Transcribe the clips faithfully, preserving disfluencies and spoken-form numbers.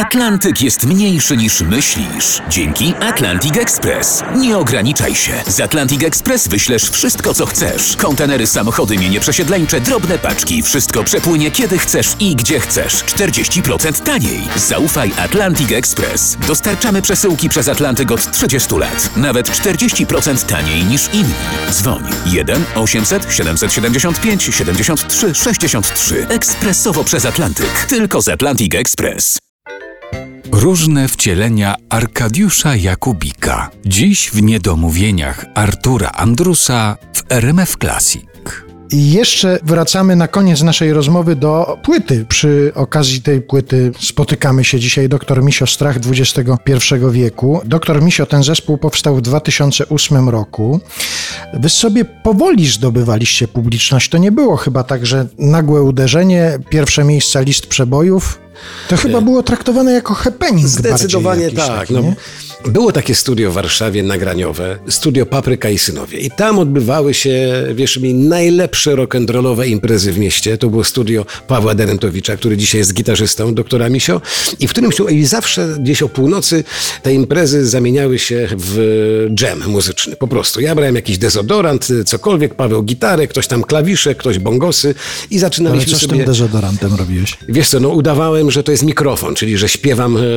Atlantyk jest mniejszy niż myślisz. Dzięki Atlantic Express. Nie ograniczaj się. Z Atlantic Express wyślesz wszystko, co chcesz. Kontenery, samochody, mienie przesiedleńcze, drobne paczki. Wszystko przepłynie kiedy chcesz i gdzie chcesz. czterdzieści procent taniej. Zaufaj Atlantic Express. Dostarczamy przesyłki przez Atlantyk od trzydziestu lat. Nawet czterdzieści procent taniej niż inni. Dzwoń jeden osiemset siedemset siedemdziesiąt pięć siedemdziesiąt trzy sześćdziesiąt trzy. Ekspresowo przez Atlantyk. Tylko z Atlantic Express. Różne wcielenia Arkadiusza Jakubika. Dziś w niedomówieniach Artura Andrusa w R M F Classic. I jeszcze wracamy na koniec naszej rozmowy do płyty. Przy okazji tej płyty spotykamy się dzisiaj. Doktor Misio, strach dwudziestego pierwszego wieku. Doktor Misio, ten zespół powstał w dwa tysiące ósmym roku. Wy sobie powoli zdobywaliście publiczność. To nie było chyba tak, że nagłe uderzenie, pierwsze miejsca list przebojów. To chyba było traktowane jako happening. Zdecydowanie jakiś tak. taki, No, było takie studio w Warszawie nagraniowe, studio Papryka i Synowie. I tam odbywały się, wierz mi, najlepsze rock'n'rollowe imprezy w mieście. To było studio Pawła Derentowicza, który dzisiaj jest gitarzystą, doktora Misio. I w którym się, i zawsze gdzieś o północy te imprezy zamieniały się w dżem muzyczny. Po prostu. Ja brałem jakiś dezodorant, cokolwiek, Paweł gitarę, ktoś tam klawisze, ktoś bongosy i zaczynaliśmy Ale co sobie... z tym dezodorantem robiłeś? Wiesz co, no udawałem, że to jest mikrofon, czyli że śpiewam e,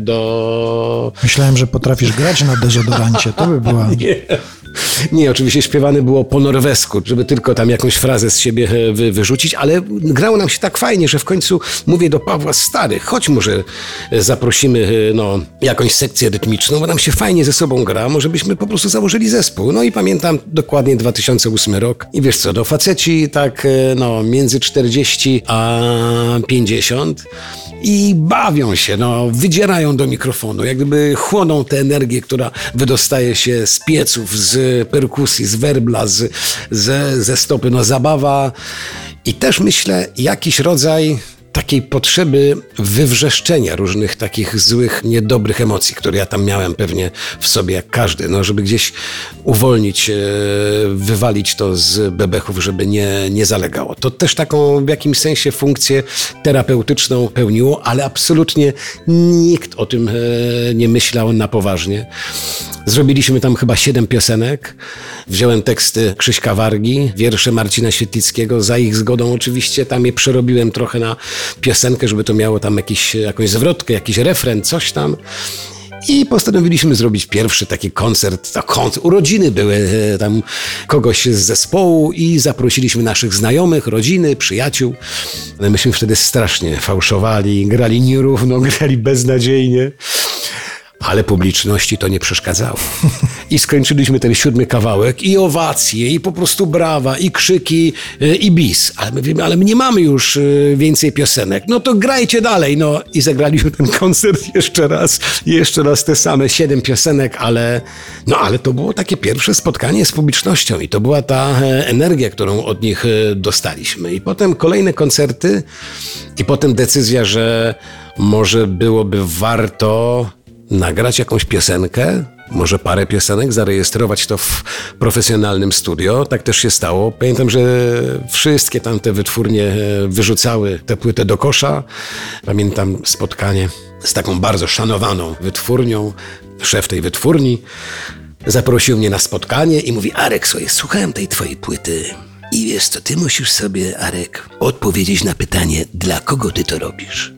do... Myślałem, że potrafisz grać na dezodorancie. To by była... Nie. Nie, oczywiście śpiewane było po norwesku, żeby tylko tam jakąś frazę z siebie wy, wyrzucić, ale grało nam się tak fajnie, że w końcu mówię do Pawła: stary, chodź może zaprosimy no, jakąś sekcję rytmiczną, bo nam się fajnie ze sobą gra, może byśmy po prostu założyli zespół. No i pamiętam dokładnie dwa tysiące ósmy rok i wiesz co, no faceci tak no między czterdzieści a pięćdziesiąt i bawią się, no wydzierają do mikrofonu, jak gdyby chłoną tę energię, która wydostaje się z pieców, z perkusji, z werbla, z, ze, ze stopy, no zabawa i też myślę jakiś rodzaj takiej potrzeby wywrzeszczenia różnych takich złych, niedobrych emocji, które ja tam miałem pewnie w sobie jak każdy, no żeby gdzieś uwolnić, wywalić to z bebechów, żeby nie, nie zalegało. To też taką w jakimś sensie funkcję terapeutyczną pełniło, ale absolutnie nikt o tym nie myślał na poważnie. Zrobiliśmy tam chyba siedem piosenek. Wziąłem teksty Krzyśka Wargi, wiersze Marcina Świetlickiego. Za ich zgodą oczywiście tam je przerobiłem trochę na piosenkę, żeby to miało tam jakiś, jakąś zwrotkę, jakiś refren, coś tam. I postanowiliśmy zrobić pierwszy taki koncert, to koncert, urodziny były tam kogoś z zespołu i zaprosiliśmy naszych znajomych, rodziny, przyjaciół. Myśmy wtedy strasznie fałszowali, grali nierówno, grali beznadziejnie. Ale publiczności to nie przeszkadzało. I skończyliśmy ten siódmy kawałek i owacje, i po prostu brawa, i krzyki, i bis. Ale my wiemy, ale my nie mamy już więcej piosenek. No to grajcie dalej. No i zagraliśmy ten koncert jeszcze raz. I jeszcze raz te same siedem piosenek, ale no ale to było takie pierwsze spotkanie z publicznością i to była ta energia, którą od nich dostaliśmy. I potem kolejne koncerty i potem decyzja, że może byłoby warto nagrać jakąś piosenkę, może parę piosenek, zarejestrować to w profesjonalnym studio. Tak też się stało. Pamiętam, że wszystkie tamte wytwórnie wyrzucały tę płytę do kosza. Pamiętam spotkanie z taką bardzo szanowaną wytwórnią. Szef tej wytwórni zaprosił mnie na spotkanie i mówi: Arek, słuchaj, słuchałem tej twojej płyty i wiesz co, ty musisz sobie, Arek, odpowiedzieć na pytanie, dla kogo ty to robisz.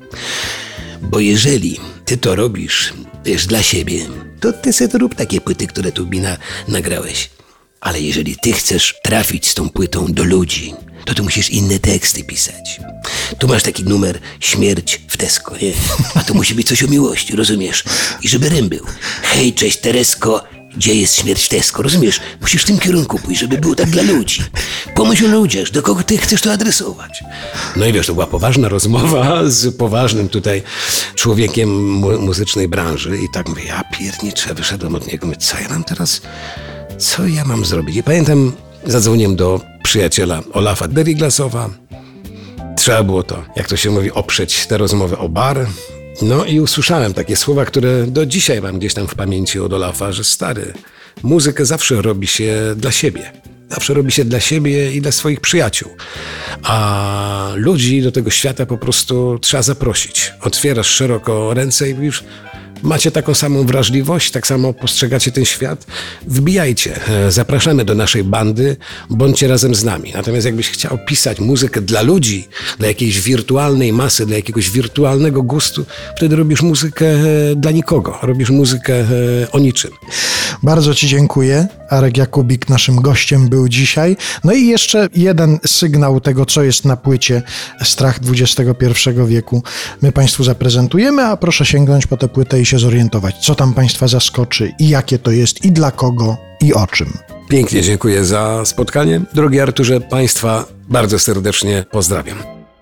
Bo jeżeli ty to robisz, wiesz, dla siebie, to ty sobie to rób takie płyty, które tu mi na, nagrałeś. Ale jeżeli ty chcesz trafić z tą płytą do ludzi, to ty musisz inne teksty pisać. Tu masz taki numer Śmierć w Tesco, nie? A to musi być coś o miłości, rozumiesz? I żeby rym był. Hej, cześć Teresko, gdzie jest śmierć w Tesco, rozumiesz? Musisz w tym kierunku pójść, żeby było tak dla ludzi. Pomyśl o ludziach, do kogo ty chcesz to adresować. No i wiesz, to była poważna rozmowa z poważnym tutaj człowiekiem mu- muzycznej branży i tak mówię, ja pierniczę, wyszedłem od niego, mówię, co ja mam teraz, co ja mam zrobić? I pamiętam, zadzwoniłem do przyjaciela Olafa Deriglasowa. Trzeba było to, jak to się mówi, oprzeć tę rozmowę o bar. No i usłyszałem takie słowa, które do dzisiaj mam gdzieś tam w pamięci od Olafa, że stary, muzykę zawsze robi się dla siebie. zawsze robi się dla siebie i dla swoich przyjaciół. A ludzi do tego świata po prostu trzeba zaprosić. Otwierasz szeroko ręce i już macie taką samą wrażliwość, tak samo postrzegacie ten świat. Wbijajcie, zapraszamy do naszej bandy, bądźcie razem z nami. Natomiast jakbyś chciał pisać muzykę dla ludzi, dla jakiejś wirtualnej masy, dla jakiegoś wirtualnego gustu, wtedy robisz muzykę dla nikogo, robisz muzykę o niczym. Bardzo Ci dziękuję. Arek Jakubik naszym gościem był dzisiaj. No i jeszcze jeden sygnał tego, co jest na płycie Strach dwudziestego pierwszego wieku. My Państwu zaprezentujemy, a proszę sięgnąć po tę płytę i się zorientować, co tam Państwa zaskoczy i jakie to jest i dla kogo i o czym. Pięknie dziękuję za spotkanie. Drogi Arturze, Państwa bardzo serdecznie pozdrawiam.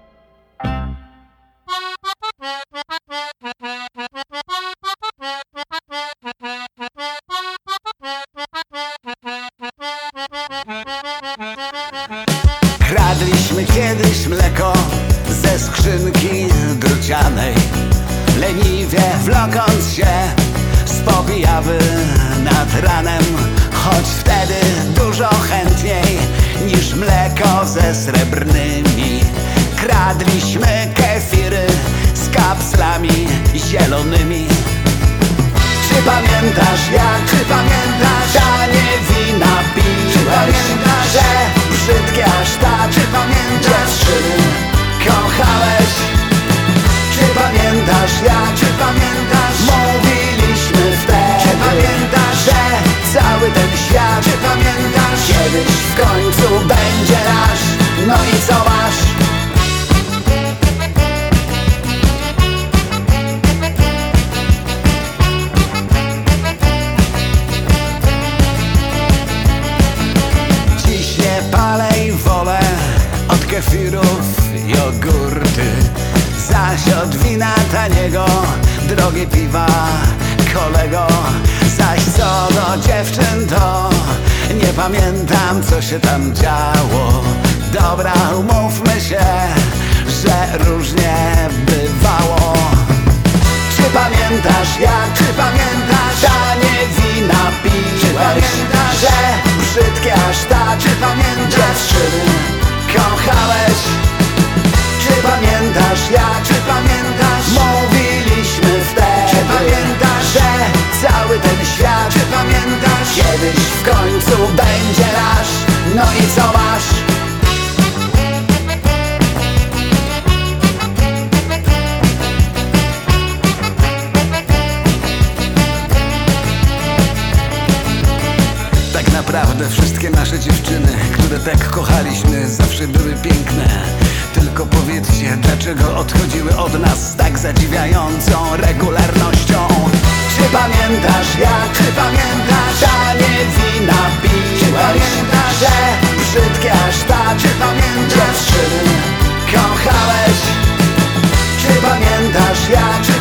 Kradliśmy kiedyś mleko ze skrzynki drucianej, leniwie wlokąc się z pobijawy nad ranem, choć wtedy dużo chętniej niż mleko ze srebrnymi. Kradliśmy kefiry z kapslami zielonymi. Czy pamiętasz jak, czy pamiętasz tanie wina piłeś? Czy pamiętasz, że brzydkie aż tak, czy pamiętasz dziewczyny kochałeś? Czy pamiętasz jak, czy pamiętasz mówiliśmy wtedy? Czy pamiętasz, że cały ten świat, czy pamiętasz kiedyś w końcu będzie nasz? No i co masz? Kefirów, jogurty, zaś od wina taniego drogie piwa, kolego. Zaś co do dziewczyn, to nie pamiętam, co się tam działo. Dobra, umówmy się, że różnie bywało. Czy pamiętasz jak, czy pamiętasz tanie wina piłeś? Czy pamiętasz, że brzydkie aż tak, czy pamiętasz dziewczyny kochałeś? Czy pamiętasz jak, czy pamiętasz mówiliśmy wtedy? Czy pamiętasz, że cały ten świat, czy pamiętasz kiedyś w końcu będzie nasz? No i co masz? Tak naprawdę wszystkie nasze dziewczyny, które tak kochaliśmy, zawsze były piękne. Tylko powiedzcie, dlaczego odchodziły od nas z tak zadziwiającą regularnością? Czy pamiętasz jak, czy pamiętasz tanie wina piłeś? Czy pamiętasz, że brzydkie aż tak, czy pamiętasz dziewczyny kochałeś? Czy pamiętasz jak, czy